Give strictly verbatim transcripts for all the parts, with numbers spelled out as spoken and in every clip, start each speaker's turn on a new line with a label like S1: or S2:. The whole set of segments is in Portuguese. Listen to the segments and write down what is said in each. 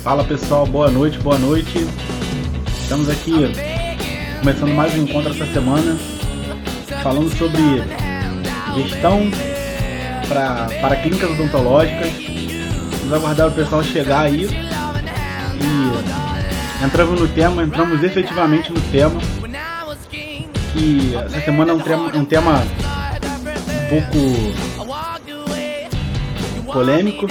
S1: Fala pessoal, boa noite, boa noite. Estamos aqui começando mais um encontro essa semana, falando sobre gestão pra, para clínicas odontológicas. Vamos aguardar o pessoal chegar aí e entramos no tema, entramos efetivamente no tema, que essa semana é um tema, um tema um pouco polêmico,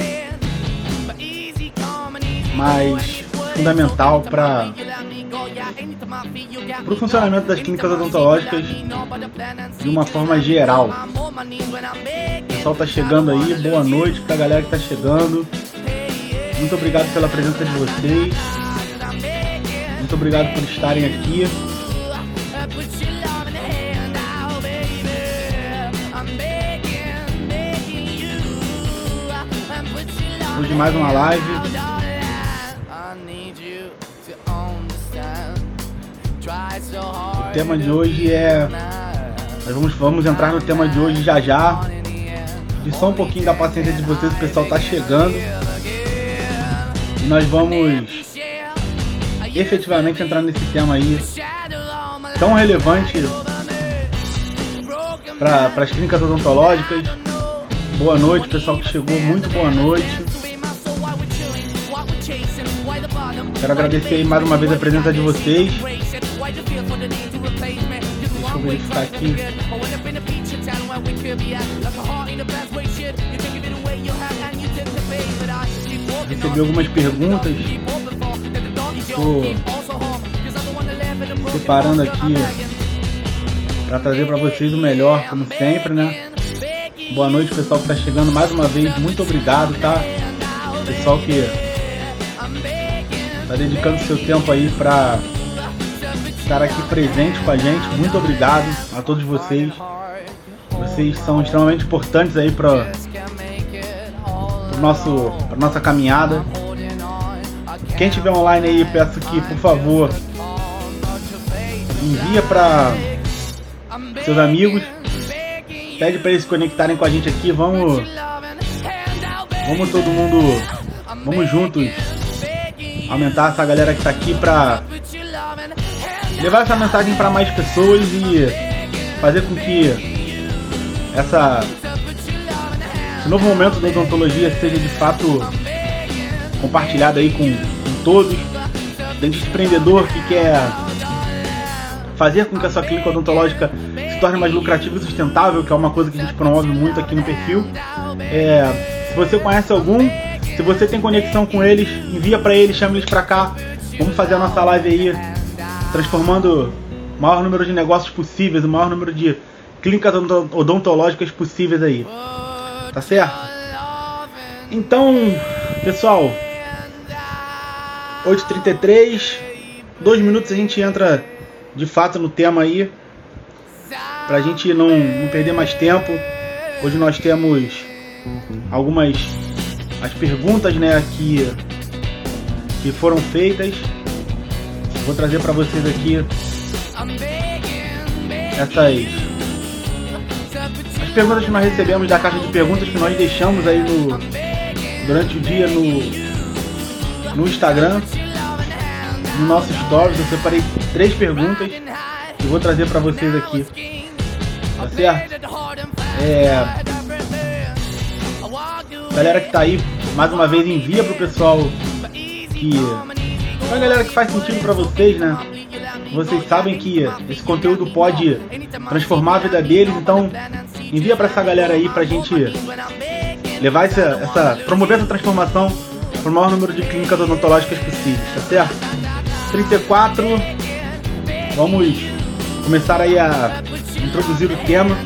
S1: mas fundamental para o funcionamento das clínicas odontológicas de uma forma geral. O pessoal está chegando aí, boa noite para a galera que está chegando. Muito obrigado pela presença de vocês. Muito obrigado por estarem aqui. Hoje mais uma live. O tema de hoje é... Nós vamos, vamos entrar no tema de hoje já já. E só um pouquinho da paciência de vocês, o pessoal tá chegando. E nós vamos efetivamente entrar nesse tema aí tão relevante para as clínicas odontológicas. Boa noite, pessoal que chegou, muito boa noite. Quero agradecer aí mais uma vez a presença de vocês. Deixa eu verificar aqui. Recebi algumas perguntas. Estou separando aqui para trazer para vocês o melhor, como sempre, né? Boa noite, pessoal que está chegando mais uma vez. Muito obrigado, tá? Pessoal que está dedicando seu tempo aí para estar aqui presente com a gente. Muito obrigado a todos vocês. Vocês são extremamente importantes aí para nosso para nossa caminhada. Quem estiver online aí, peço que, por favor, envia para seus amigos. Pede para eles se conectarem com a gente aqui. Vamos, vamos todo mundo, vamos juntos aumentar essa galera que está aqui para levar essa mensagem para mais pessoas e fazer com que essa, esse novo momento da odontologia seja de fato compartilhado aí com, com todos. Dentista empreendedor que quer fazer com que a sua clínica odontológica se torne mais lucrativa e sustentável, que é uma coisa que a gente promove muito aqui no perfil. É, se você conhece algum, se você tem conexão com eles, envia para eles, chama eles para cá. Vamos fazer a nossa live aí, transformando o maior número de negócios possíveis, o maior número de clínicas odontológicas possíveis aí. Tá certo? Então, pessoal, oito e trinta e três, dois minutos a gente entra de fato no tema aí, pra gente não, não perder mais tempo. Hoje nós temos algumas as perguntas, né, que, que foram feitas. Vou trazer para vocês aqui essas as perguntas que nós recebemos da caixa de perguntas que nós deixamos aí no, durante o dia no, no Instagram, no nosso Stories. Eu separei três perguntas e vou trazer para vocês aqui, tá certo? É, galera que tá aí, mais uma vez envia pro pessoal que... Pra galera que faz sentido pra vocês, né? Vocês sabem que esse conteúdo pode transformar a vida deles, então envia pra essa galera aí pra gente levar essa, essa promover essa transformação pro maior número de clínicas odontológicas possíveis, tá certo? trinta e quatro, vamos começar aí a introduzir o tema.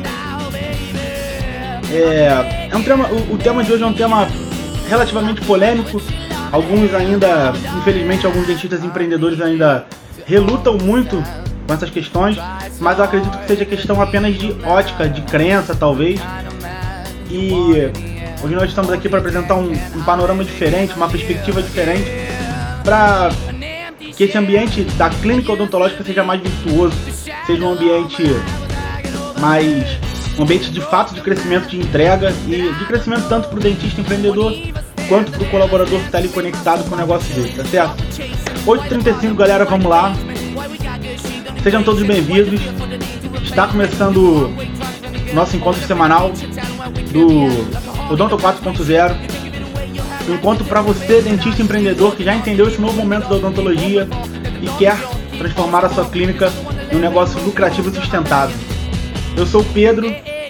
S1: É, é um tema, o, o tema de hoje é um tema relativamente polêmico. Alguns ainda, infelizmente, alguns dentistas empreendedores ainda relutam muito com essas questões, mas eu acredito que seja questão apenas de ótica, de crença, talvez. E hoje nós estamos aqui para apresentar um, um panorama diferente, uma perspectiva diferente, para que esse ambiente da clínica odontológica seja mais virtuoso, seja um ambiente mais... um ambiente de fato de crescimento, de entrega e de crescimento tanto para o dentista empreendedor quanto para o colaborador que está ali conectado com o negócio dele, tá certo? oito e trinta e cinco, galera, vamos lá. Sejam todos bem-vindos. Está começando o nosso encontro semanal do Odonto quatro ponto zero. Um encontro para você, dentista empreendedor, que já entendeu esse novo momento da odontologia e quer transformar a sua clínica em um negócio lucrativo e sustentável. Eu sou o Pedro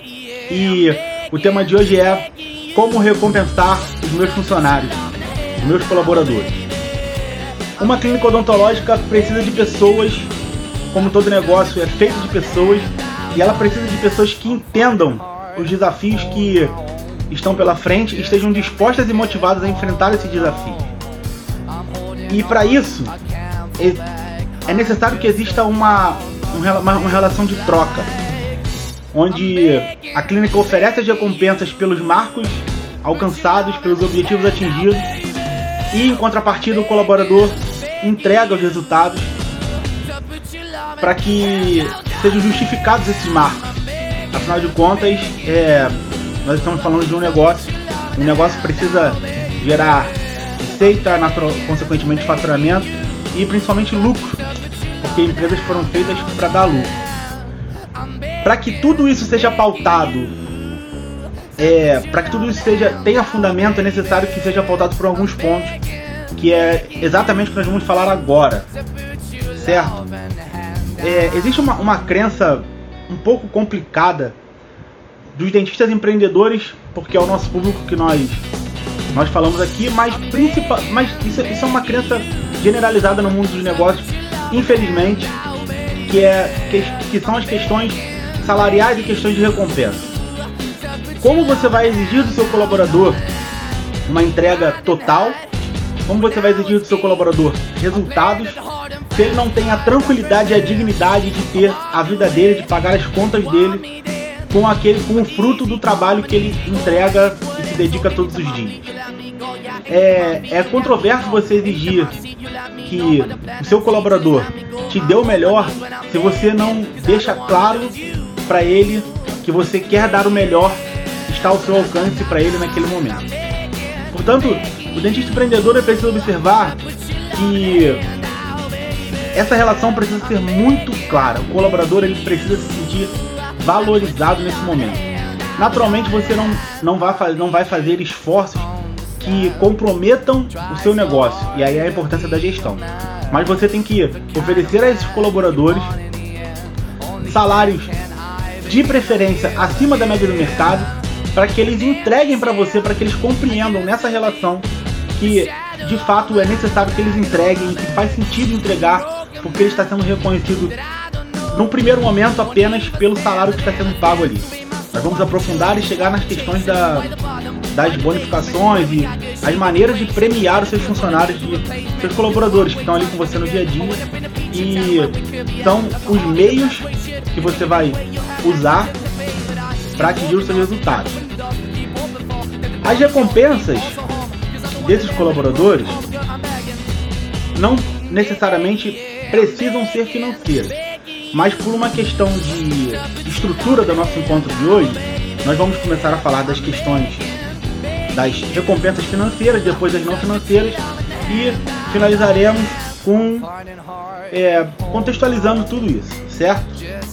S1: e o tema de hoje é como recompensar os meus funcionários, os meus colaboradores. Uma clínica odontológica precisa de pessoas, como todo negócio é feito de pessoas, e ela precisa de pessoas que entendam os desafios que estão pela frente e estejam dispostas e motivadas a enfrentar esses desafios. E para isso, é necessário que exista uma, uma, uma relação de troca, onde a clínica oferece as recompensas pelos marcos alcançados, pelos objetivos atingidos, e em contrapartida o colaborador entrega os resultados para que sejam justificados esses marcos. Afinal de contas, é, nós estamos falando de um negócio, um negócio precisa gerar receita, natural, consequentemente faturamento e principalmente lucro, porque empresas foram feitas para dar lucro. Para que tudo isso seja pautado, é, para que tudo isso seja, tenha fundamento, é necessário que seja pautado por alguns pontos, que é exatamente o que nós vamos falar agora, certo? É, existe uma, uma crença um pouco complicada dos dentistas empreendedores, porque é o nosso público que nós, nós falamos aqui, mas, principal, mas isso, isso é uma crença generalizada no mundo dos negócios, infelizmente, que, é, que, que são as questões salariais e questões de recompensa. Como você vai exigir do seu colaborador uma entrega total? Como você vai exigir do seu colaborador resultados se ele não tem a tranquilidade e a dignidade de ter a vida dele, de pagar as contas dele com, aquele, com o fruto do trabalho que ele entrega e se dedica todos os dias? É, é controverso você exigir que o seu colaborador te dê o melhor se você não deixa claro para ele que você quer dar o melhor, está ao seu alcance para ele naquele momento. Portanto, o dentista empreendedor precisa observar que essa relação precisa ser muito clara. O colaborador ele precisa se sentir valorizado nesse momento. Naturalmente, você não, não, vai, não vai fazer esforços que comprometam o seu negócio, e aí é a importância da gestão. Mas você tem que oferecer a esses colaboradores salários de preferência acima da média do mercado, para que eles entreguem para você, para que eles compreendam nessa relação que de fato é necessário que eles entreguem, que faz sentido entregar, porque ele está sendo reconhecido num primeiro momento apenas pelo salário que está sendo pago ali. Nós vamos aprofundar e chegar nas questões da, das bonificações e as maneiras de premiar os seus funcionários, de seus colaboradores que estão ali com você no dia a dia, e são os meios que você vai usar para atingir os seus resultados. As recompensas desses colaboradores não necessariamente precisam ser financeiras, mas por uma questão de estrutura do nosso encontro de hoje, nós vamos começar a falar das questões das recompensas financeiras, depois das não financeiras, e finalizaremos com é, contextualizando tudo isso, certo?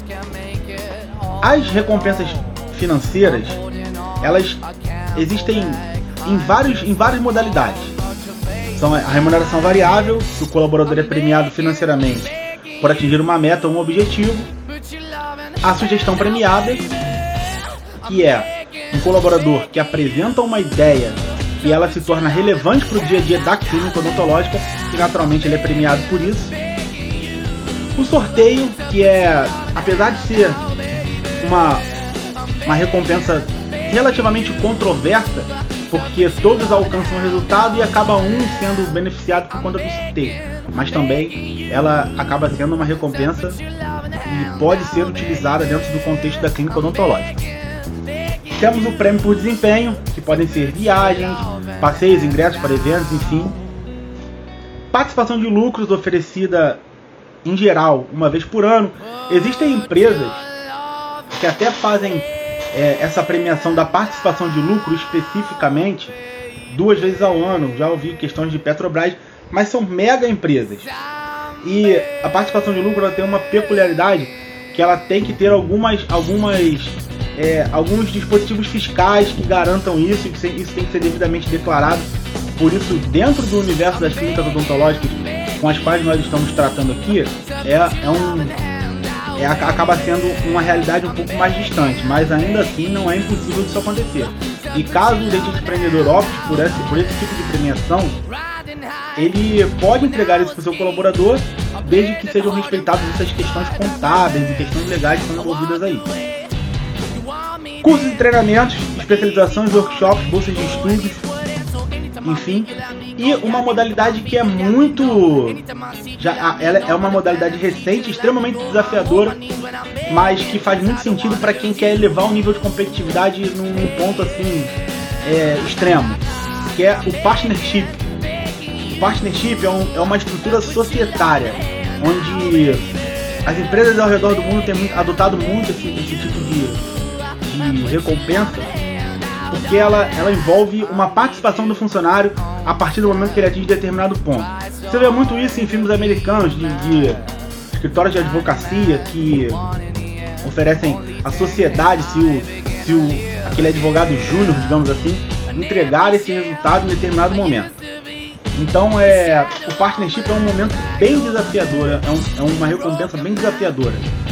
S1: As recompensas financeiras, elas existem em, vários, em várias modalidades. São a remuneração variável, que o colaborador é premiado financeiramente por atingir uma meta ou um objetivo. A sugestão premiada, que é um colaborador que apresenta uma ideia e ela se torna relevante para o dia a dia da clínica odontológica, e naturalmente ele é premiado por isso. O sorteio, que é, apesar de ser uma, uma recompensa relativamente controversa, porque todos alcançam o resultado e acaba um sendo beneficiado por conta do sorteio, mas também ela acaba sendo uma recompensa que pode ser utilizada dentro do contexto da clínica odontológica. Temos o prêmio por desempenho, que podem ser viagens, passeios, ingressos para eventos, enfim. Participação de lucros oferecida em geral uma vez por ano. Existem empresas que até fazem é, essa premiação da participação de lucro especificamente duas vezes ao ano, já ouvi questões de Petrobras, mas são mega empresas. E a participação de lucro ela tem uma peculiaridade que ela tem que ter algumas, algumas, é, alguns dispositivos fiscais que garantam isso, e isso tem que ser devidamente declarado. Por isso, dentro do universo das clínicas odontológicas com as quais nós estamos tratando aqui, é, é um, é, acaba sendo uma realidade um pouco mais distante, mas ainda assim não é impossível disso acontecer. E caso o dentista empreendedor opte por esse, por esse tipo de premiação, ele pode entregar isso para o seu colaborador, desde que sejam respeitadas essas questões contábeis e questões legais que estão envolvidas aí. Cursos e treinamentos, especializações, workshops, bolsas de estudos, enfim. E uma modalidade que é muito... já, ela é uma modalidade recente, extremamente desafiadora, mas que faz muito sentido para quem quer elevar o nível de competitividade num ponto assim é, extremo, que é o partnership. O partnership é, um, é uma estrutura societária, onde as empresas ao redor do mundo têm adotado muito esse, esse tipo de, de recompensa, porque ela, ela envolve uma participação do funcionário a partir do momento que ele atinge determinado ponto. Você vê muito isso em filmes americanos, de, de escritórios de advocacia que oferecem à sociedade se o, se o aquele advogado júnior, digamos assim, entregar esse resultado em determinado momento. Então é, o partnership é um momento bem desafiador, é, um, é uma recompensa bem desafiadora.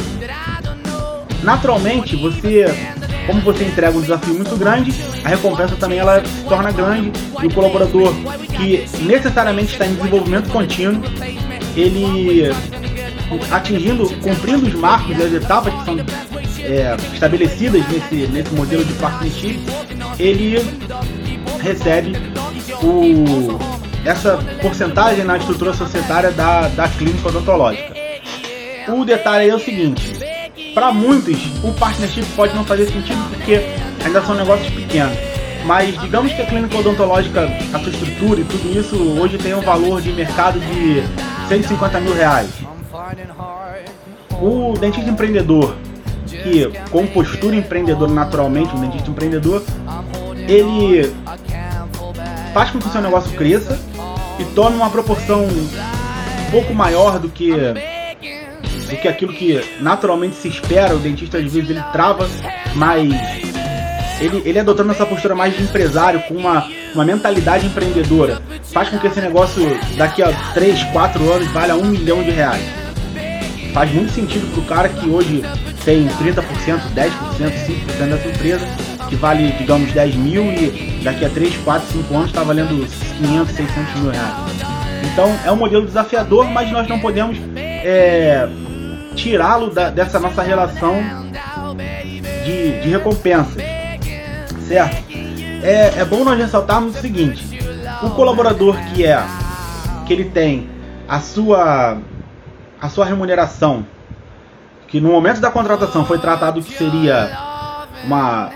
S1: Naturalmente, você, como você entrega um desafio muito grande, a recompensa também ela se torna grande, e o colaborador que necessariamente está em desenvolvimento contínuo, ele atingindo, cumprindo os marcos e as etapas que são é, estabelecidas nesse, nesse modelo de partnership, ele recebe o, essa porcentagem na estrutura societária da, da clínica odontológica. O detalhe aí é o seguinte: para muitos o partnership pode não fazer sentido porque ainda são negócios pequenos, mas digamos que a clínica odontológica, a sua estrutura e tudo isso hoje tem um valor de mercado de cento e cinquenta mil reais. O dentista empreendedor, que com postura empreendedora naturalmente, um dentista empreendedor, ele faz com que o seu negócio cresça e tome uma proporção um pouco maior do que, do que aquilo que naturalmente se espera. O dentista às vezes ele trava, mas ele, ele adotando essa postura mais de empresário, com uma, uma mentalidade empreendedora, faz com que esse negócio daqui a três, quatro anos valha um milhão de reais. Faz muito sentido para o cara que hoje tem trinta por cento, dez por cento, cinco por cento dessa empresa, que vale, digamos, dez mil e daqui a três, quatro, cinco anos está valendo quinhentos, seiscentos mil reais. Então é um modelo desafiador, mas nós não podemos é, tirá-lo da, dessa nossa relação de, de recompensas, certo? É, é bom nós ressaltarmos o seguinte: o colaborador que é que ele tem a sua a sua remuneração, que no momento da contratação foi tratado que seria uma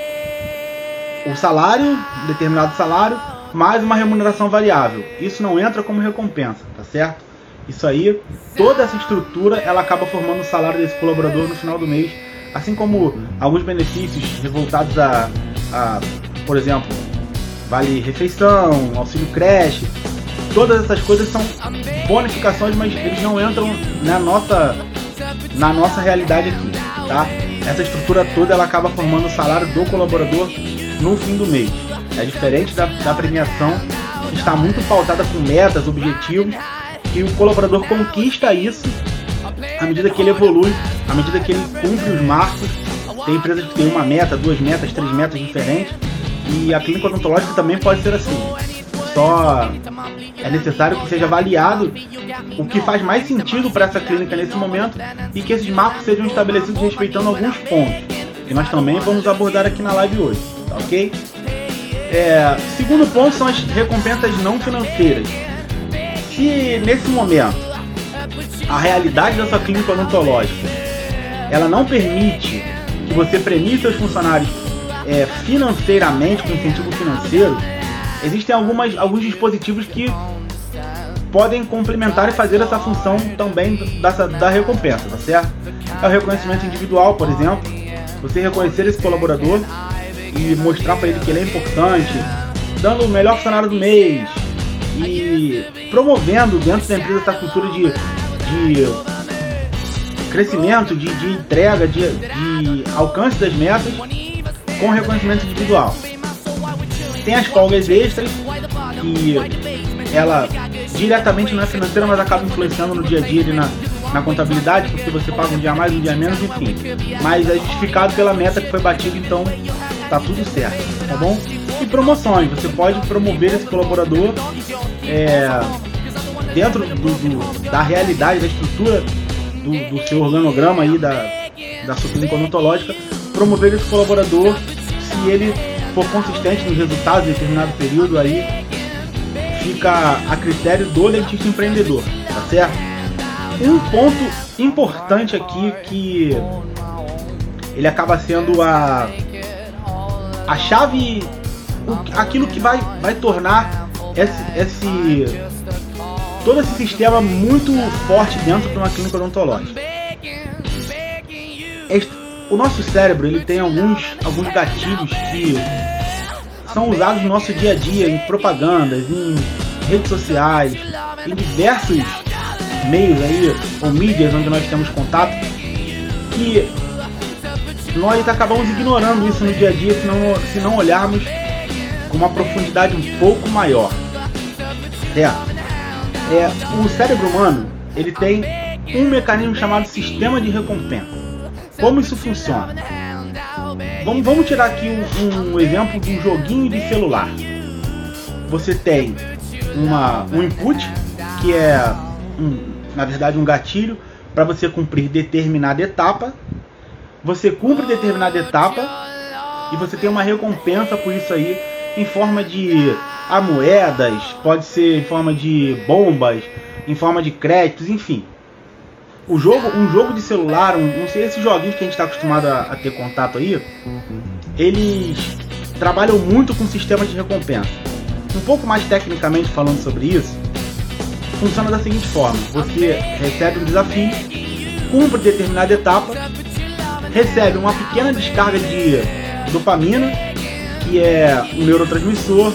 S1: o salário, um determinado salário, mais uma remuneração variável. Isso não entra como recompensa, tá certo? Isso aí, toda essa estrutura, ela acaba formando o salário desse colaborador no final do mês, assim como alguns benefícios voltados a, a por exemplo, vale refeição, auxílio creche. Todas essas coisas são bonificações, mas eles não entram na nossa, na nossa realidade aqui, tá? Essa estrutura toda ela acaba formando o salário do colaborador no fim do mês. É diferente da, da premiação, que está muito pautada com metas, objetivos, e o colaborador conquista isso à medida que ele evolui, à medida que ele cumpre os marcos. Tem empresas que têm uma meta, duas metas, três metas diferentes, e a clínica odontológica também pode ser assim. Só é necessário que seja avaliado o que faz mais sentido para essa clínica nesse momento e que esses marcos sejam estabelecidos respeitando alguns pontos, que nós também vamos abordar aqui na live hoje, tá ok? É, segundo ponto são as recompensas não financeiras. Se nesse momento a realidade da sua clínica odontológica ela não permite que você premie seus funcionários é, financeiramente, com incentivo financeiro, existem algumas, alguns dispositivos que podem complementar e fazer essa função também dessa, da recompensa, tá certo? É o reconhecimento individual, por exemplo. Você reconhecer esse colaborador e mostrar para ele que ele é importante, dando o melhor funcionário do mês e promovendo dentro da empresa essa cultura de, de crescimento, de, de entrega, de, de alcance das metas com reconhecimento individual. Tem as folgas extras, que ela diretamente não é financeira, mas acaba influenciando no dia a dia e na, na contabilidade, porque você paga um dia mais, um dia menos, enfim. Mas é justificado pela meta que foi batida, então tá tudo certo, tá bom? E promoções, você pode promover esse colaborador é, dentro do, do, da realidade, da estrutura do, do seu organograma aí, da, da sua clínica odontológica, promover esse colaborador se ele for consistente nos resultados em determinado período, aí fica a critério do dentista empreendedor, tá certo? Um ponto importante aqui que ele acaba sendo a, a chave, aquilo que vai, vai tornar esse, esse, todo esse sistema muito forte dentro de uma clínica odontológica. Este, o nosso cérebro ele tem alguns, alguns gatilhos que são usados no nosso dia a dia, em propagandas, em redes sociais, em diversos meios aí, ou mídias onde nós temos contato, que nós acabamos ignorando isso no dia a dia se não, se não olharmos com uma profundidade um pouco maior. Certo? É, o cérebro humano ele tem um mecanismo chamado sistema de recompensa. Como isso funciona? Vamos, vamos tirar aqui um, um exemplo de um joguinho de celular. Você tem uma, um input, que é, um, na verdade, um gatilho para você cumprir determinada etapa. Você cumpre determinada etapa e você tem uma recompensa por isso aí, em forma de a moedas, pode ser em forma de bombas, em forma de créditos, enfim. O jogo, um jogo de celular, um, um, esses joguinhos que a gente está acostumado a, a ter contato aí, eles trabalham muito com sistema de recompensa. Um pouco mais tecnicamente falando sobre isso, funciona da seguinte forma: você recebe um desafio, cumpre determinada etapa, recebe uma pequena descarga de dopamina, que é um neurotransmissor.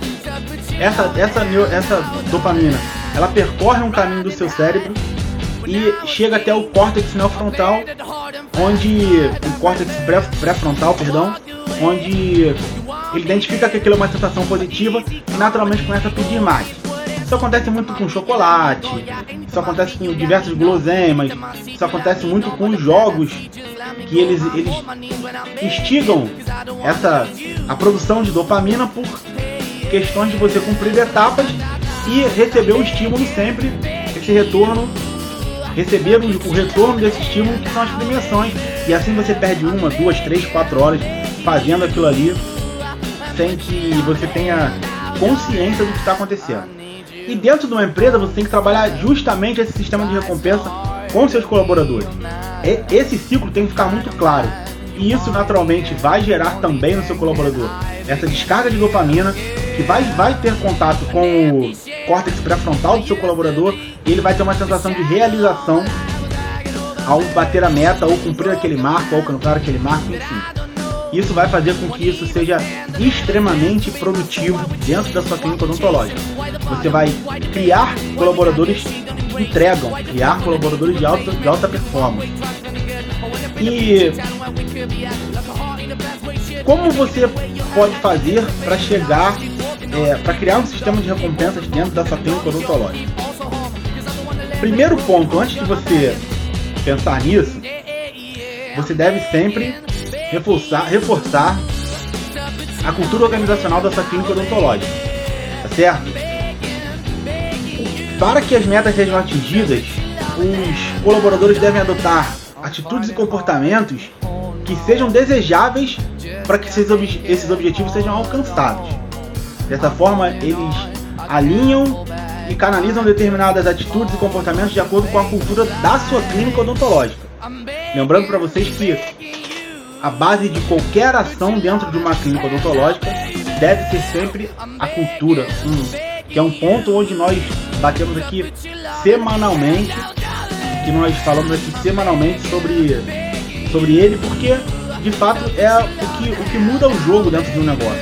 S1: Essa, essa, essa dopamina, ela percorre um caminho do seu cérebro e chega até o córtex neofrontal, onde o córtex pré-frontal, perdão, onde ele identifica que aquilo é uma sensação positiva e naturalmente começa a pedir mais. Isso acontece muito com chocolate, isso acontece com diversos guloseimas, isso acontece muito com os jogos, que eles, eles instigam essa, a produção de dopamina por questões de você cumprir etapas e receber o estímulo sempre, esse retorno, receber o retorno desse estímulo, que são as premiações, e assim você perde uma, duas, três, quatro horas fazendo aquilo ali, sem que você tenha consciência do que está acontecendo. E dentro de uma empresa você tem que trabalhar justamente esse sistema de recompensa com seus colaboradores. Esse ciclo tem que ficar muito claro, e isso naturalmente vai gerar também no seu colaborador essa descarga de dopamina, que vai, vai ter contato com o córtex pré-frontal do seu colaborador, e ele vai ter uma sensação de realização ao bater a meta, ou cumprir aquele marco, ou alcançar aquele marco, enfim. Isso vai fazer com que isso seja extremamente produtivo dentro da sua clínica odontológica. Você vai criar colaboradores que entregam, criar colaboradores de alta, de alta performance. E como você pode fazer para chegar, é, para criar um sistema de recompensas dentro da sua clínica odontológica? Primeiro ponto, antes de você pensar nisso, você deve sempre reforçar, reforçar a cultura organizacional da sua clínica odontológica, tá certo? Para que as metas sejam atingidas, os colaboradores devem adotar atitudes e comportamentos que sejam desejáveis para que esses, ob- esses objetivos sejam alcançados. Dessa forma, eles alinham e canalizam determinadas atitudes e comportamentos de acordo com a cultura da sua clínica odontológica. Lembrando para vocês que a base de qualquer ação dentro de uma clínica odontológica deve ser sempre a cultura, um, que é um ponto onde nós batemos aqui semanalmente, que nós falamos aqui semanalmente sobre, sobre ele, porque de fato é o que, o que muda o jogo dentro de um negócio.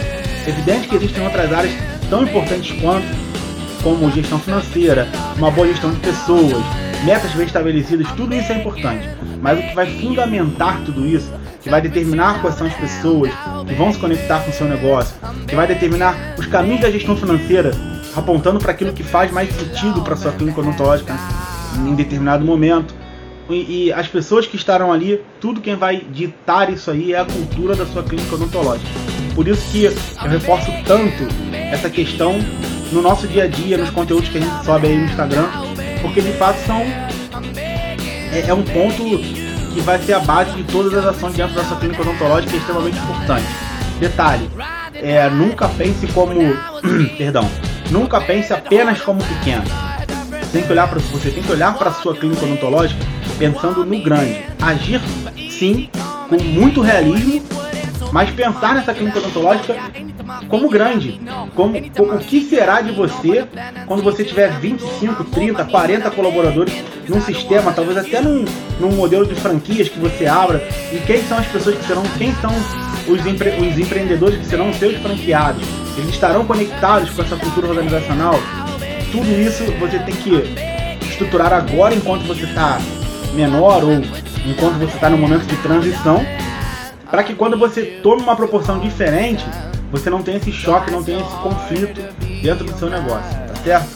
S1: evidente que existem outras áreas tão importantes quanto, como gestão financeira, uma boa gestão de pessoas, metas bem estabelecidas, tudo isso é importante. Mas o que vai fundamentar tudo isso, que vai determinar quais são as pessoas que vão se conectar com o seu negócio, que vai determinar os caminhos da gestão financeira, apontando para aquilo que faz mais sentido para a sua clínica odontológica em determinado momento. E, e as pessoas que estarão ali, tudo quem vai ditar isso aí é a cultura da sua clínica odontológica. Por isso que eu reforço tanto essa questão no nosso dia a dia, nos conteúdos que a gente sobe aí no Instagram, porque de fato são, é, é um ponto que vai ser a base de todas as ações dentro da sua clínica odontológica, que é extremamente importante. Detalhe, é, nunca pense como, perdão, nunca pense apenas como pequeno. Você tem que olhar para você tem que olhar para a sua clínica odontológica pensando no grande. Agir sim com muito realismo, mas pensar nessa clínica odontológica como grande, como, como o que será de você quando você tiver vinte e cinco, trinta, quarenta colaboradores num sistema, talvez até num, num modelo de franquias que você abra, e quem são as pessoas que serão, quem são os, empre, os empreendedores que serão seus franqueados, eles estarão conectados com essa cultura organizacional. Tudo isso você tem que estruturar agora enquanto você está menor ou enquanto você está no momento de transição, para que quando você tome uma proporção diferente, você não tenha esse choque, não tenha esse conflito dentro do seu negócio, tá certo?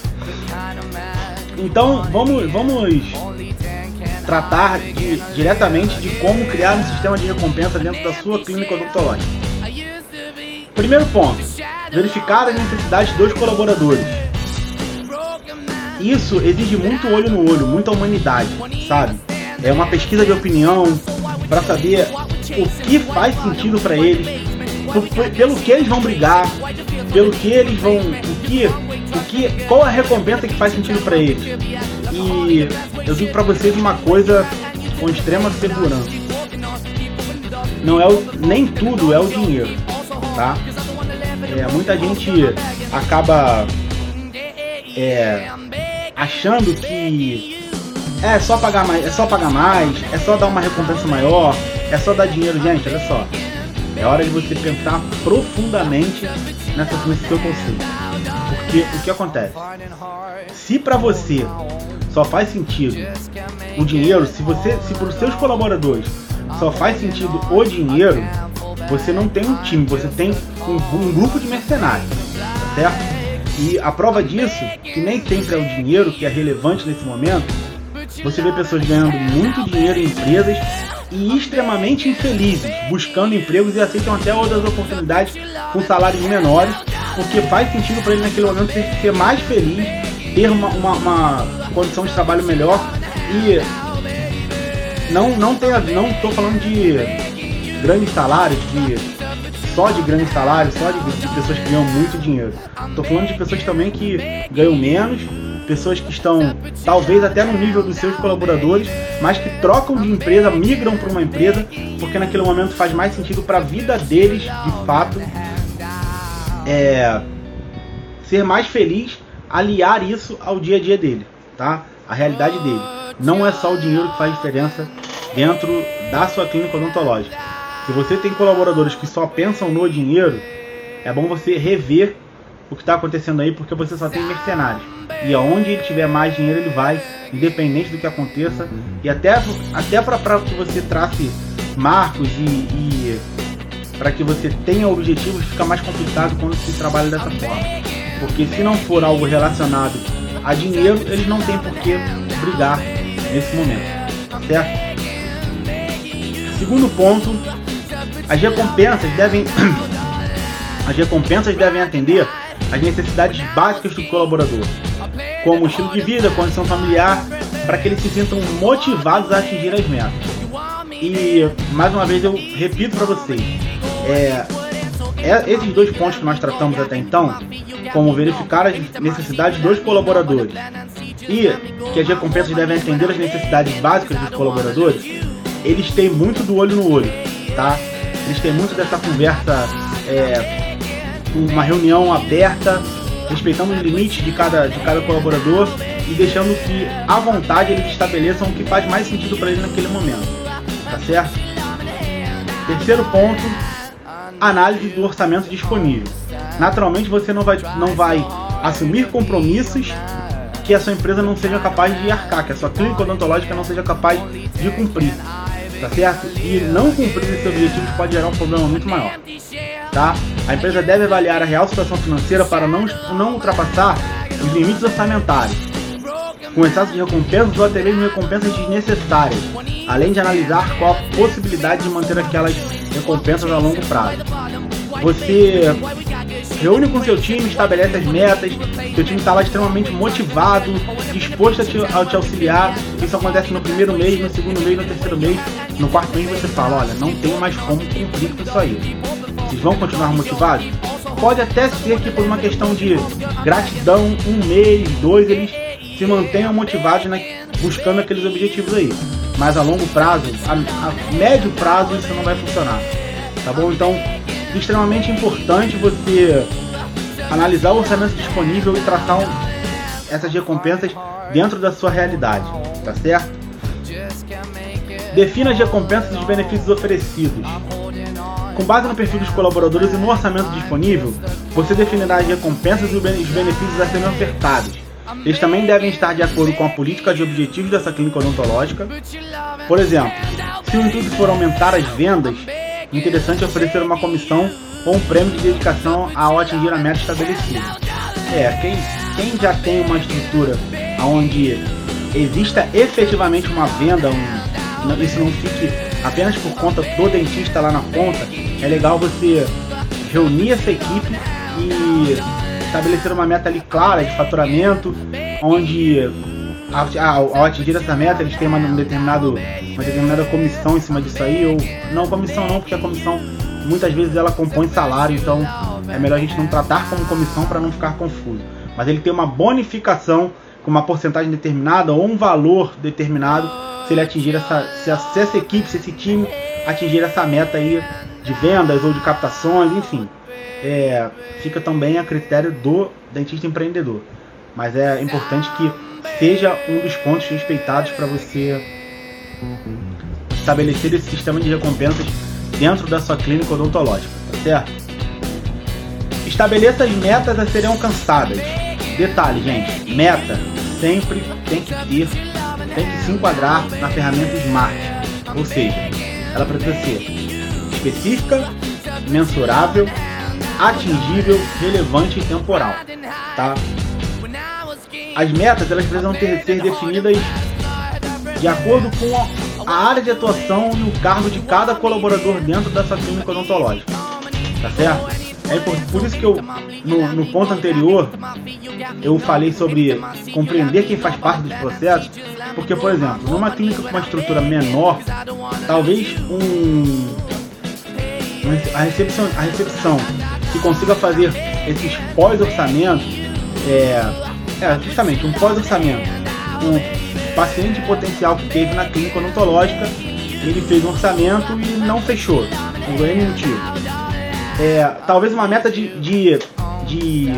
S1: Então vamos, vamos tratar de, diretamente de como criar um sistema de recompensa dentro da sua clínica odontológica. Primeiro ponto, verificar as necessidades dos colaboradores. Isso exige muito olho no olho, muita humanidade, sabe? É uma pesquisa de opinião para saber o que faz sentido para eles, pelo que eles vão brigar, pelo que eles vão, o que, o que, qual a recompensa que faz sentido para eles. E eu digo para vocês uma coisa com extrema segurança: não é o, nem tudo é o dinheiro, tá? É, muita gente acaba é, achando que é só pagar mais, é só pagar mais, é só dar uma recompensa maior, é só dar dinheiro. Gente, olha só, é hora de você pensar profundamente nessa, nesse seu conceito. Porque o que acontece? Se para você só faz sentido o dinheiro, se você, se para os seus colaboradores só faz sentido o dinheiro, você não tem um time, você tem um, um grupo de mercenários, tá certo? E a prova disso, que nem sempre é o dinheiro que é relevante nesse momento. Você vê pessoas ganhando muito dinheiro em empresas e extremamente infelizes, buscando empregos e aceitam até outras oportunidades com salários menores, porque faz sentido para ele naquele momento ser mais feliz, ter uma, uma, uma condição de trabalho melhor. E não não tem, não estou falando de grandes salários, de só de grandes salários, só de, de pessoas que ganham muito dinheiro. Estou falando de pessoas também que ganham menos, pessoas que estão talvez até no nível dos seus colaboradores, mas que trocam de empresa, migram para uma empresa, porque naquele momento faz mais sentido para a vida deles, de fato, é, ser mais feliz, aliar isso ao dia a dia dele, tá? A realidade dele. Não é só o dinheiro que faz diferença dentro da sua clínica odontológica. Se você tem colaboradores que só pensam no dinheiro, é bom você rever o que está acontecendo aí, porque você só tem mercenários. E aonde ele tiver mais dinheiro, ele vai, independente do que aconteça. E até, até para que você trace marcos e, e para que você tenha objetivos, fica mais complicado quando se trabalha dessa forma. Porque se não for algo relacionado a dinheiro, eles não têm por que brigar nesse momento, certo? Segundo ponto, as recompensas devem as recompensas devem atender às necessidades básicas do colaborador, como estilo de vida, condição familiar, para que eles se sintam motivados a atingir as metas. E mais uma vez eu repito para vocês, é, é, esses dois pontos que nós tratamos até então, como verificar as necessidades dos colaboradores e que as recompensas devem atender às necessidades básicas dos colaboradores, eles têm muito do olho no olho, tá? Eles têm muito dessa conversa, é, uma reunião aberta, respeitando os limites de cada, de cada colaborador e deixando que, à vontade, eles estabeleçam o que faz mais sentido para eles naquele momento, tá certo? Terceiro ponto, análise do orçamento disponível. Naturalmente você não vai, não vai assumir compromissos que a sua empresa não seja capaz de arcar, que a sua clínica odontológica não seja capaz de cumprir, tá certo? E não cumprir esses objetivos pode gerar um problema muito maior, tá? A empresa deve avaliar a real situação financeira para não, não ultrapassar os limites orçamentários, com excesso de recompensas ou até mesmo recompensas desnecessárias, além de analisar qual a possibilidade de manter aquelas recompensas a longo prazo. Você reúne com seu time, estabelece as metas, seu time está lá extremamente motivado, disposto a te, a te auxiliar. Isso acontece no primeiro mês, no segundo mês, no terceiro mês, no quarto mês você fala, olha, não tem mais como cumprir com isso aí. Vocês vão continuar motivados? Pode até ser que por uma questão de gratidão, um mês, dois, eles se mantenham motivados, né, buscando aqueles objetivos aí. Mas a longo prazo, a, a médio prazo, isso não vai funcionar, tá bom? Então, extremamente importante você analisar o orçamento disponível e traçar um, essas recompensas dentro da sua realidade, tá certo? Defina as recompensas e os benefícios oferecidos. Com base no perfil dos colaboradores e no orçamento disponível, você definirá as recompensas e os benefícios a serem ofertados. Eles também devem estar de acordo com a política de objetivos dessa clínica odontológica. Por exemplo, se o intuito for aumentar as vendas, interessante é oferecer uma comissão ou um prêmio de dedicação ao atingir a meta estabelecida. É, quem, quem já tem uma estrutura onde exista efetivamente uma venda, um, isso não fique apenas por conta do dentista lá na ponta, é legal você reunir essa equipe e estabelecer uma meta ali clara de faturamento, onde ao atingir essa meta eles têm uma, um determinado, uma determinada comissão em cima disso aí, ou não comissão não, porque a comissão muitas vezes ela compõe salário, então é melhor a gente não tratar como comissão para não ficar confuso. Mas ele tem uma bonificação com uma porcentagem determinada ou um valor determinado se ele atingir essa, se essa equipe, se esse time atingir essa meta aí de vendas ou de captações, enfim. É, fica também a critério do dentista empreendedor, mas é importante que seja um dos pontos respeitados para você estabelecer esse sistema de recompensas dentro da sua clínica odontológica, tá certo? Estabeleça as metas a serem alcançadas. Detalhe, gente, meta sempre tem que ter, tem que se enquadrar na ferramenta SMART, ou seja, ela precisa ser específica, mensurável, atingível, relevante e temporal, tá? As metas elas precisam ter, ser definidas de acordo com a área de atuação e o cargo de cada colaborador dentro dessa clínica odontológica, tá certo? É por, por isso que eu, no, no ponto anterior, eu falei sobre compreender quem faz parte dos processos, porque, por exemplo, numa clínica com uma estrutura menor, talvez um, a recepção, a recepção que consiga fazer esses pós-orçamentos, é, é justamente um pós-orçamento. O paciente potencial que teve na clínica odontológica, ele fez um orçamento e não fechou, por N motivo. É, talvez uma meta de, de, de, de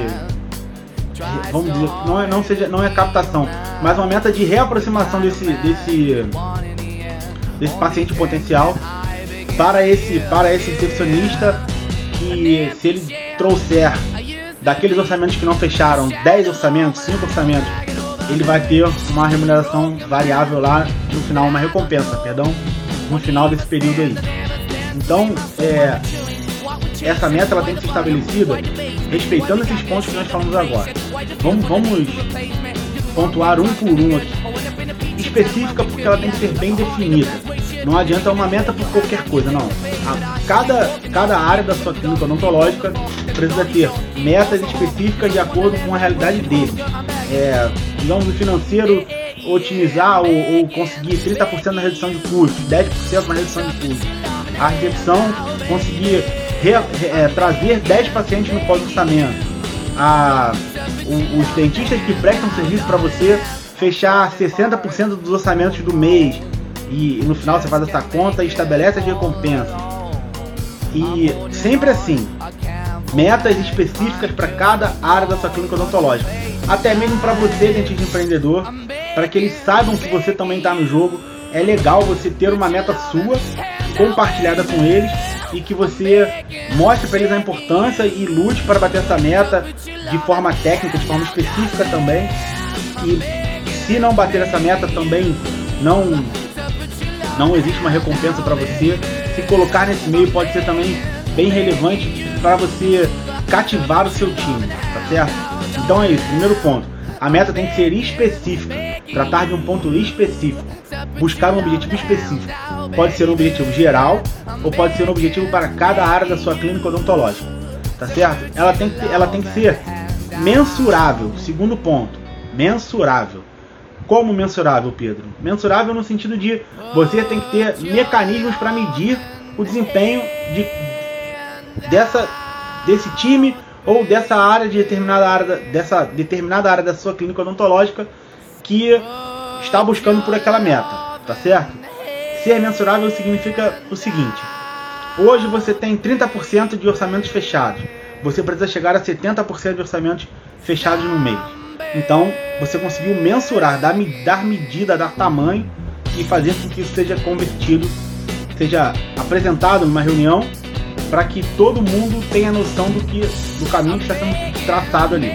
S1: vamos dizer, não é, não seja, não é captação, mas uma meta de reaproximação desse, desse, desse paciente potencial para esse, para esse recepcionista, que se ele trouxer daqueles orçamentos que não fecharam dez orçamentos, cinco orçamentos, ele vai ter uma remuneração variável lá no final, uma recompensa, perdão, no final desse período aí. Então, é, essa meta ela tem que ser estabelecida respeitando esses pontos que nós falamos agora. Vamos, vamos pontuar um por um aqui. Específica, porque ela tem que ser bem definida. Não adianta uma meta por qualquer coisa, não. A, cada, cada área da sua clínica odontológica precisa ter metas específicas de acordo com a realidade deles. É, digamos, o financeiro otimizar ou, ou conseguir trinta por cento na redução de custos, dez por cento na redução de custos. A recepção conseguir re, re, é, trazer dez pacientes no pós-orçamento. A, o, os dentistas que prestam serviço para você fechar sessenta por cento dos orçamentos do mês. E no final você faz essa conta e estabelece as recompensas. E sempre assim, metas específicas para cada área da sua clínica odontológica. Até mesmo para você, dentista empreendedor, para que eles saibam que você também está no jogo. É legal você ter uma meta sua, compartilhada com eles, e que você mostre para eles a importância e lute para bater essa meta de forma técnica, de forma específica também. E se não bater essa meta também não, não existe uma recompensa para você. Se colocar nesse meio pode ser também bem relevante para você cativar o seu time, tá certo? Então é isso, primeiro ponto, a meta tem que ser específica, tratar de um ponto específico, buscar um objetivo específico. Pode ser um objetivo geral ou pode ser um objetivo para cada área da sua clínica odontológica, tá certo? Ela tem que, ela tem que ser mensurável, segundo ponto, mensurável. Como mensurável, Pedro? Mensurável no sentido de você tem que ter mecanismos para medir o desempenho de, dessa, desse time ou dessa área de determinada área, dessa determinada área da sua clínica odontológica que está buscando por aquela meta, tá certo? Ser mensurável significa o seguinte: hoje você tem trinta por cento de orçamentos fechados, você precisa chegar a setenta por cento de orçamentos fechados no mês. Então você conseguiu mensurar, dar, dar medida, dar tamanho e fazer com que isso seja convertido, seja apresentado numa reunião, para que todo mundo tenha noção do, que, do caminho que está sendo traçado ali.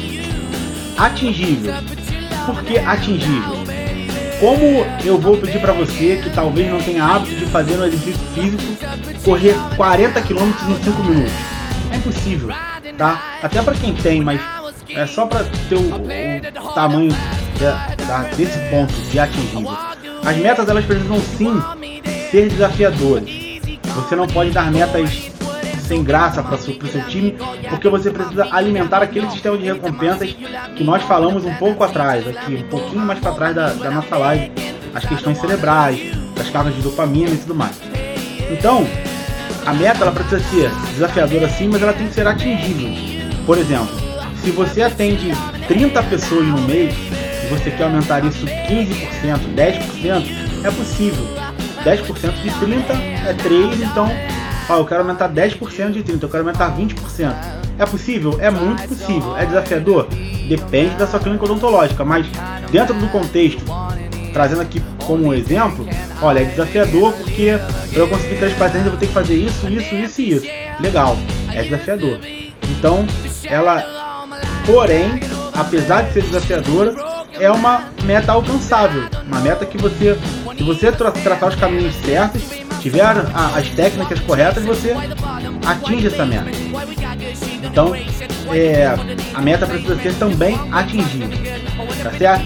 S1: Atingível. Por que atingível? Como eu vou pedir para você que talvez não tenha hábito de fazer um exercício físico, correr quarenta quilômetros em cinco minutos? É impossível, tá? Até para quem tem, mas é só para ter o, o tamanho de, da, desse ponto de atingível. As metas, elas precisam sim ser desafiadoras. Você não pode dar metas sem graça para o seu time, porque você precisa alimentar aquele sistema de recompensas que nós falamos um pouco atrás, aqui um pouquinho mais para trás da, da nossa live, as questões cerebrais, as cargas de dopamina e tudo mais. Então, a meta, ela precisa ser desafiadora sim, mas ela tem que ser atingível. Por exemplo, se você atende trinta pessoas no mês e você quer aumentar isso quinze por cento, dez por cento, é possível. dez por cento de trinta é três, então ó, eu quero aumentar dez por cento de trinta, eu quero aumentar vinte por cento. É possível? É muito possível. É desafiador? Depende da sua clínica odontológica, mas dentro do contexto, trazendo aqui como um exemplo, olha, é desafiador porque para eu conseguir três pacientes eu vou ter que fazer isso, isso, isso e isso. Legal, é desafiador. Então, ela, porém, apesar de ser desafiadora, é uma meta alcançável, uma meta que você, se você tra traçar os caminhos certos, tiver a, as técnicas corretas, você atinge essa meta. Então, é, a meta precisa ser também atingida, tá certo?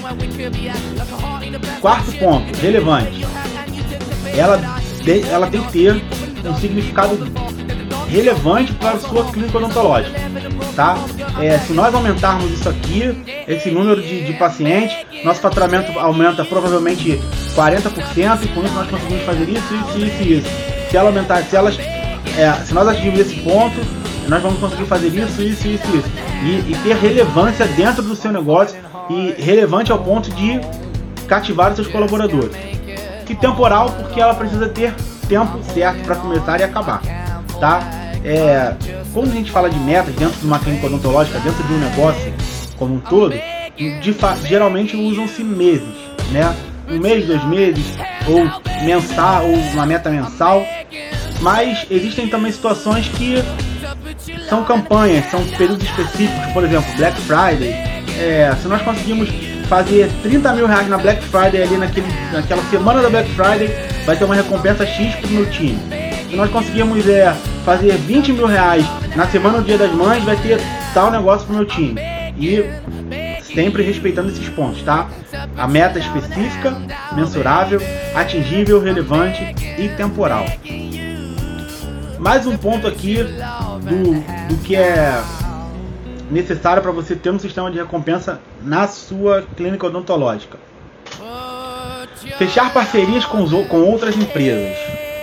S1: Quarto ponto, relevante. Ela, de, ela tem que ter um significado relevante para a sua clínica odontológica, tá? É, se nós aumentarmos isso aqui, esse número de, de pacientes, nosso faturamento aumenta provavelmente quarenta por cento, e com isso nós conseguimos fazer isso, isso, isso e isso. Se ela aumentar, se elas, é, se nós atingirmos esse ponto, nós vamos conseguir fazer isso, isso, isso, isso. E, e ter relevância dentro do seu negócio, e relevante ao ponto de cativar os seus colaboradores. Que temporal, porque ela precisa ter tempo certo para começar e acabar, tá? É, quando a gente fala de metas dentro de uma clínica odontológica, dentro de um negócio como um todo, de geralmente usam-se meses, né? Um mês, dois meses, ou mensal, ou uma meta mensal. Mas existem também situações que são campanhas, são períodos específicos, por exemplo, Black Friday. É, se nós conseguimos fazer trinta mil reais na Black Friday, ali naquele, naquela semana da Black Friday, vai ter uma recompensa X para o meu time. Se nós conseguirmos é, fazer vinte mil reais na semana do Dia das Mães, vai ter tal negócio para o meu time. E sempre respeitando esses pontos, tá? A meta específica, mensurável, atingível, relevante e temporal. Mais um ponto aqui do, do que é necessário para você ter um sistema de recompensa na sua clínica odontológica. Fechar parcerias com, os, com outras empresas.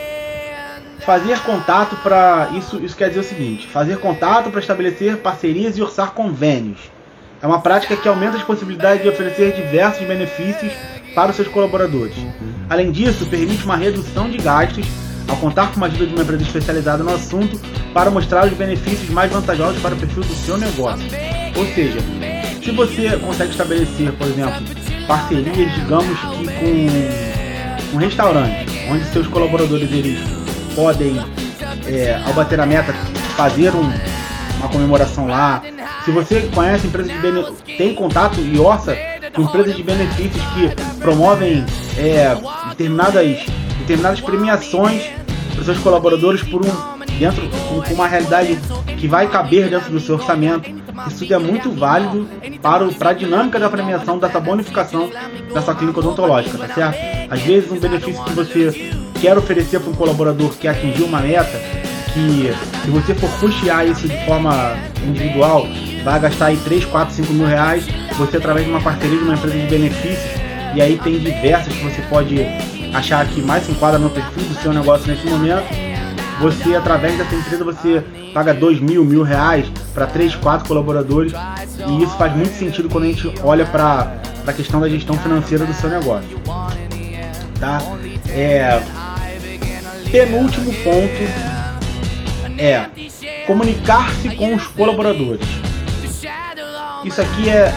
S1: Fazer contato para... Isso, isso quer dizer o seguinte: fazer contato para estabelecer parcerias e orçar convênios. É uma prática que aumenta as possibilidades de oferecer diversos benefícios para os seus colaboradores. Além disso, permite uma redução de gastos ao contar com a ajuda de uma empresa especializada no assunto para mostrar os benefícios mais vantajosos para o perfil do seu negócio. Ou seja, se você consegue estabelecer, por exemplo, parcerias, digamos que com um restaurante, onde seus colaboradores eles podem é, ao bater a meta, fazer um, uma comemoração lá. Se você conhece empresas de benefícios, tem contato e orça com empresas de benefícios que promovem é, determinadas, determinadas premiações para os seus colaboradores por um, dentro, com uma realidade que vai caber dentro do seu orçamento, isso tudo é muito válido para, o, para a dinâmica da premiação, dessa bonificação da sua clínica odontológica, tá certo? Às vezes um benefício que você quer oferecer para um colaborador que atingiu uma meta, que se você for custear isso de forma individual, vai gastar aí três, quatro, cinco mil reais, você através de uma parceria de uma empresa de benefícios, e aí tem diversas que você pode achar que mais se enquadra no perfil do seu negócio nesse momento. Você, através dessa empresa, você paga dois mil, mil reais para três, quatro colaboradores, e isso faz muito sentido quando a gente olha para a questão da gestão financeira do seu negócio. Tá? É, penúltimo ponto é comunicar-se com os colaboradores. Isso aqui é...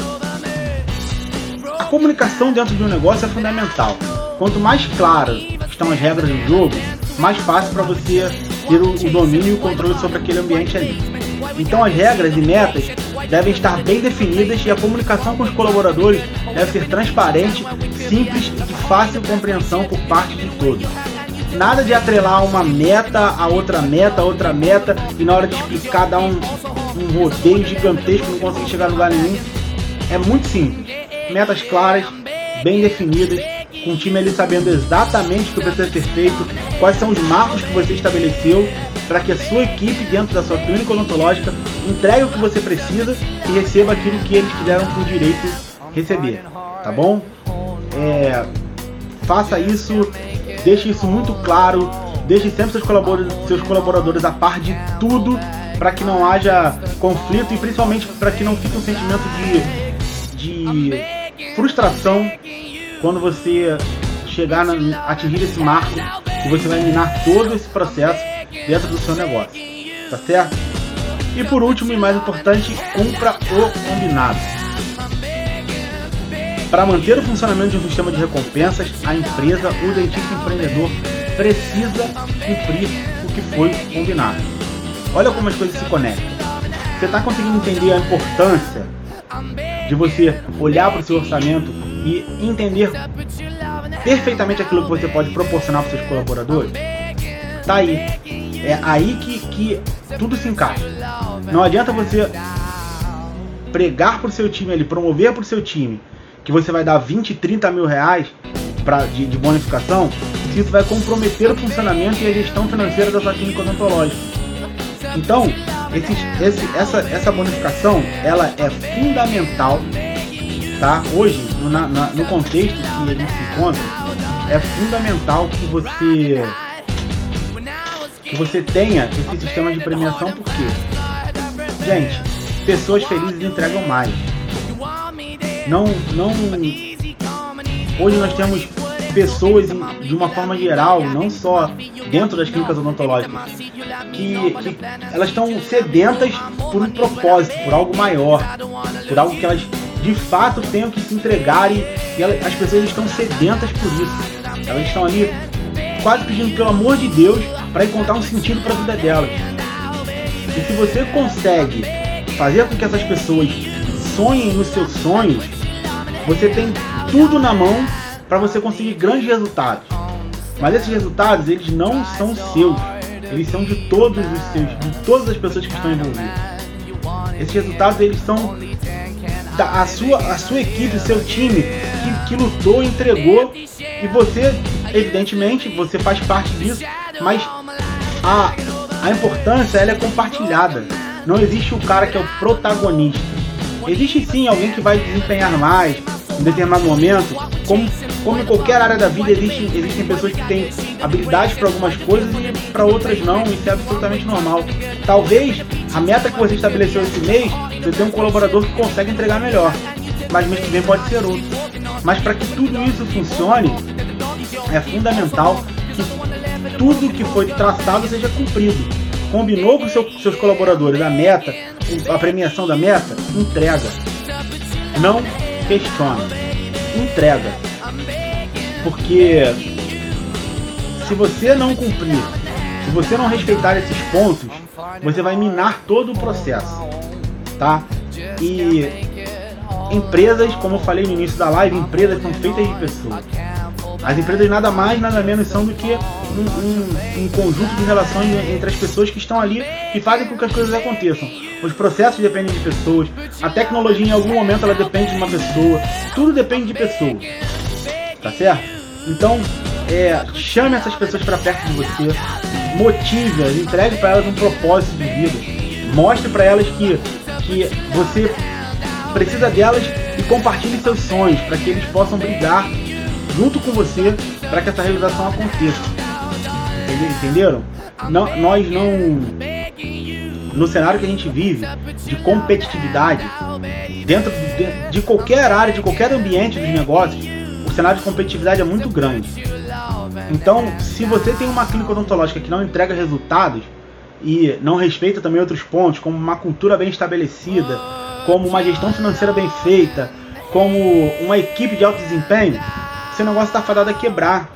S1: A comunicação dentro de um negócio é fundamental. Quanto mais claras estão as regras do jogo, mais fácil para você ter o, o domínio e o controle sobre aquele ambiente ali. Então as regras e metas devem estar bem definidas e a comunicação com os colaboradores deve ser transparente, simples e de fácil compreensão por parte de todos. Nada de atrelar uma meta a outra meta, a outra meta, e na hora de explicar dar um, um rodeio gigantesco, não conseguir chegar a lugar nenhum. É muito simples. Metas claras, bem definidas, com o time ali sabendo exatamente o que precisa ser feito, quais são os marcos que você estabeleceu, para que a sua equipe dentro da sua clínica odontológica entregue o que você precisa e receba aquilo que eles tiveram por direito receber, tá bom? É, faça isso, deixe isso muito claro, deixe sempre seus colaboradores, seus colaboradores a par de tudo, para que não haja conflito e principalmente para que não fique um sentimento de, de frustração quando você chegar a atingir esse marco e você vai minar todo esse processo dentro do seu negócio, tá certo? E por último e mais importante, cumpra o combinado. Para manter o funcionamento de um sistema de recompensas, a empresa, o dentista empreendedor, precisa cumprir o que foi combinado. Olha como as coisas se conectam. Você está conseguindo entender a importância de você olhar para o seu orçamento e entender perfeitamente aquilo que você pode proporcionar para os seus colaboradores? Tá aí. É aí que, que tudo se encaixa. Não adianta você pregar para o seu time, ali, promover para o seu time que você vai dar vinte, trinta mil reais pra, de, de bonificação, se isso vai comprometer o funcionamento e a gestão financeira da sua clínica odontológica. Então, esse, esse, essa, essa bonificação ela é fundamental, tá? Hoje, no, na, no contexto que a gente se encontra, é fundamental que você que você tenha esse sistema de premiação, porque, gente, pessoas felizes entregam mais. Não, não. Hoje nós temos pessoas de uma forma geral, não só dentro das clínicas odontológicas, que, que elas estão sedentas por um propósito, por algo maior, por algo que elas de fato tenham que se entregar, e, e elas, as pessoas estão sedentas por isso. Elas estão ali quase pedindo pelo amor de Deus para encontrar um sentido para a vida delas. E se você consegue fazer com que essas pessoas sonhem nos seus sonhos, você tem tudo na mão para você conseguir grandes resultados. Mas esses resultados, eles não são seus, eles são de todos os seus, de todas as pessoas que estão envolvidas. Esses resultados, eles são da a sua, a sua equipe, o seu time que, que lutou, entregou, e você, evidentemente, você faz parte disso, mas a, a importância ela é compartilhada. Não existe o cara que é o protagonista. Existe sim alguém que vai desempenhar mais em determinado momento, como, como em qualquer área da vida, existem, existem pessoas que têm habilidades para algumas coisas e para outras não, isso é absolutamente normal. Talvez a meta que você estabeleceu esse mês, você tem um colaborador que consegue entregar melhor, mas mês que vem pode ser outro. Mas para que tudo isso funcione, é fundamental que tudo que foi traçado seja cumprido. Combinou com seu, seus colaboradores a meta, a premiação da meta, entrega. Não questiona, entrega. Porque se você não cumprir, Se você não respeitar esses pontos, você vai minar todo o processo, tá? E empresas, como eu falei no início da live, empresas são feitas de pessoas. As empresas nada mais, nada menos são do que um, um, um conjunto de relações entre as pessoas que estão ali, que fazem com que as coisas aconteçam. Os processos dependem de pessoas, a tecnologia em algum momento ela depende de uma pessoa, tudo depende de pessoas, tá certo? Então, é, chame essas pessoas para perto de você, motive-as, entregue para elas um propósito de vida, mostre para elas que, que você precisa delas e compartilhe seus sonhos para que eles possam brigar junto com você para que essa realização aconteça. Entenderam? Não, nós não... No cenário que a gente vive, de competitividade, dentro de, de qualquer área, de qualquer ambiente dos negócios, o cenário de competitividade é muito grande. Então, se você tem uma clínica odontológica que não entrega resultados e não respeita também outros pontos, como uma cultura bem estabelecida, como uma gestão financeira bem feita, como uma equipe de alto desempenho, seu negócio está fadado a quebrar.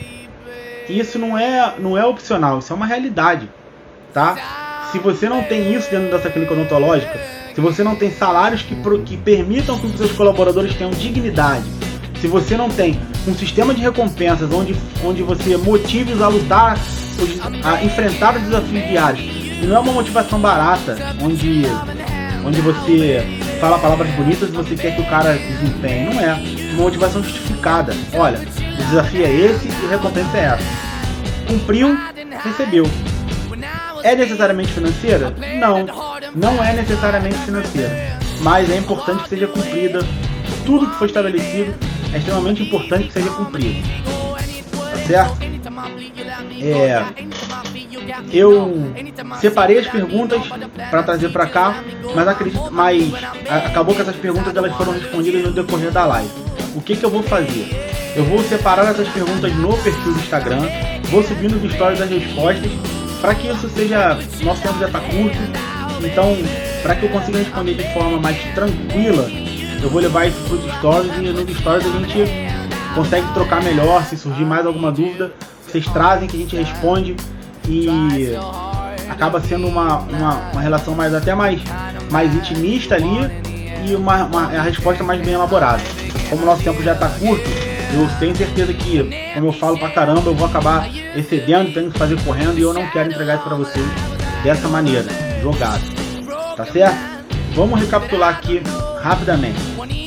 S1: E isso não é, não é opcional, isso é uma realidade, tá? Se você não tem isso dentro dessa clínica odontológica, se você não tem salários que, que permitam que os seus colaboradores tenham dignidade, se você não tem um sistema de recompensas onde, onde você motive-os a lutar, a enfrentar os desafios diários, e não é uma motivação barata, onde, onde você fala palavras bonitas e você quer que o cara desempenhe, não é. Uma motivação justificada. Olha, o desafio é esse e a recompensa é essa. Cumpriu, recebeu. É necessariamente financeira? Não, não é necessariamente financeira, mas é importante que seja cumprida. Tudo que foi estabelecido é extremamente importante que seja cumprido, tá certo? É, eu separei as perguntas para trazer para cá, mas acredito, mas acabou que essas perguntas elas foram respondidas no decorrer da live. O que que eu vou fazer? Eu vou separar essas perguntas no perfil do Instagram, vou subir nos stories as respostas, para que isso seja, nosso tempo já está curto, então para que eu consiga responder de forma mais tranquila, eu vou levar isso para os stories e nos stories a gente consegue trocar melhor. Se surgir mais alguma dúvida, vocês trazem que a gente responde e acaba sendo uma, uma, uma relação mais, até mais, mais intimista ali e uma, uma, a resposta mais bem elaborada. Como o nosso tempo já está curto, eu tenho certeza que, como eu falo pra caramba, eu vou acabar excedendo, tendo que fazer correndo, e eu não quero entregar isso pra vocês dessa maneira, jogado. Tá certo? Vamos recapitular aqui rapidamente.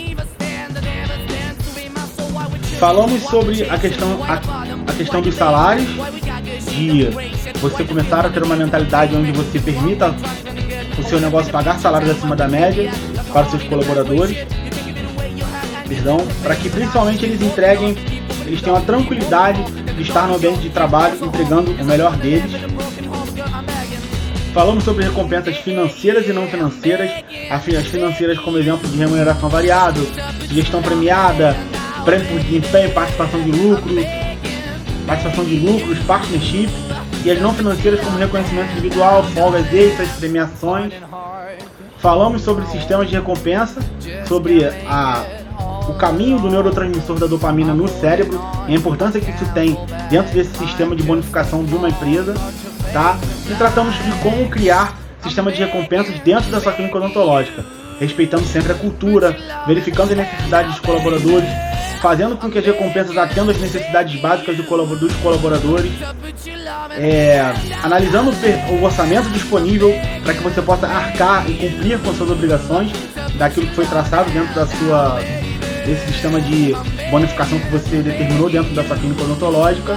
S1: Falamos sobre a questão, a, a questão dos salários, de você começar a ter uma mentalidade onde você permita o seu negócio pagar salários acima da média para os seus colaboradores. Perdão, para que principalmente eles entreguem, eles tenham a tranquilidade de estar no ambiente de trabalho entregando o melhor deles. Falamos sobre recompensas financeiras e não financeiras, as financeiras como exemplo de remuneração variável, gestão premiada, prêmio por desempenho, participação de lucro, participação de lucros, partnership, e as não financeiras como reconhecimento individual, folgas extras, premiações. Falamos sobre sistemas de recompensa, sobre a o caminho do neurotransmissor da dopamina no cérebro e a importância que isso tem dentro desse sistema de bonificação de uma empresa, tá? E tratamos de como criar sistema de recompensas dentro da sua clínica odontológica, respeitando sempre a cultura, verificando as necessidades dos colaboradores, fazendo com que as recompensas atendam às necessidades básicas dos colaboradores, é, analisando o orçamento disponível para que você possa arcar e cumprir com suas obrigações daquilo que foi traçado dentro da sua desse sistema de bonificação que você determinou dentro da sua clínica odontológica,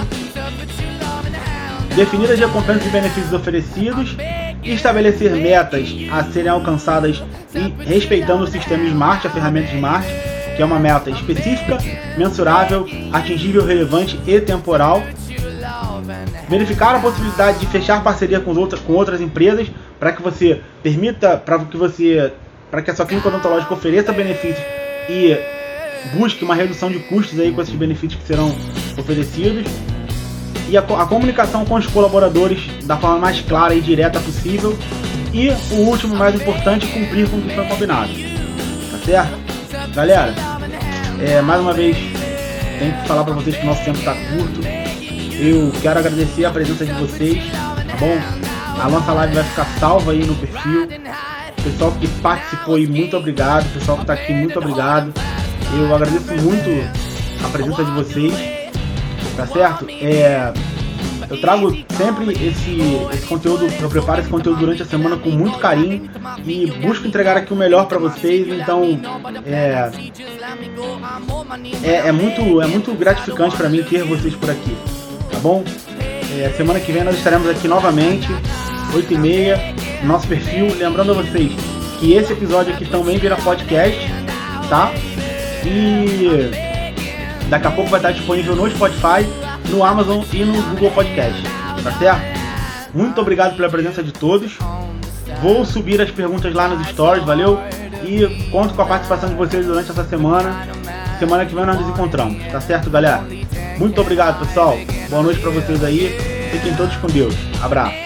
S1: definir as recompensas e benefícios oferecidos, estabelecer metas a serem alcançadas e respeitando o sistema SMART, a ferramenta SMART, que é uma meta específica, mensurável, atingível, relevante e temporal. Verificar a possibilidade de fechar parceria com, outra, com outras empresas para que você permita, para que você, para que a sua clínica odontológica ofereça benefícios e busque uma redução de custos aí com esses benefícios que serão oferecidos. E a, a comunicação com os colaboradores da forma mais clara e direta possível. E o último, mais importante, cumprir com o que foi combinado. Tá certo? Galera, é, mais uma vez, tenho que falar para vocês que o nosso tempo está curto. Eu quero agradecer a presença de vocês. tá bom? A nossa live vai ficar salva aí no perfil. Pessoal que participou aí, muito obrigado. Pessoal que tá aqui, muito obrigado. Eu agradeço muito a presença de vocês, tá certo? É, eu trago sempre esse, esse conteúdo, eu preparo esse conteúdo durante a semana com muito carinho e busco entregar aqui o melhor para vocês, então é, é, é, muito, é muito gratificante para mim ter vocês por aqui, tá bom? É, semana que vem nós estaremos aqui novamente, oito e meia, no nosso perfil, lembrando a vocês que esse episódio aqui também vira podcast, tá? E daqui a pouco vai estar disponível no Spotify, no Amazon e no Google Podcast, tá certo? Muito obrigado pela presença de todos. Vou subir as perguntas lá nos stories, valeu? E conto com a participação de vocês durante essa semana. Semana que vem nós nos encontramos, tá certo, galera? Muito obrigado, pessoal. Boa noite pra vocês aí. Fiquem todos com Deus. Abraço.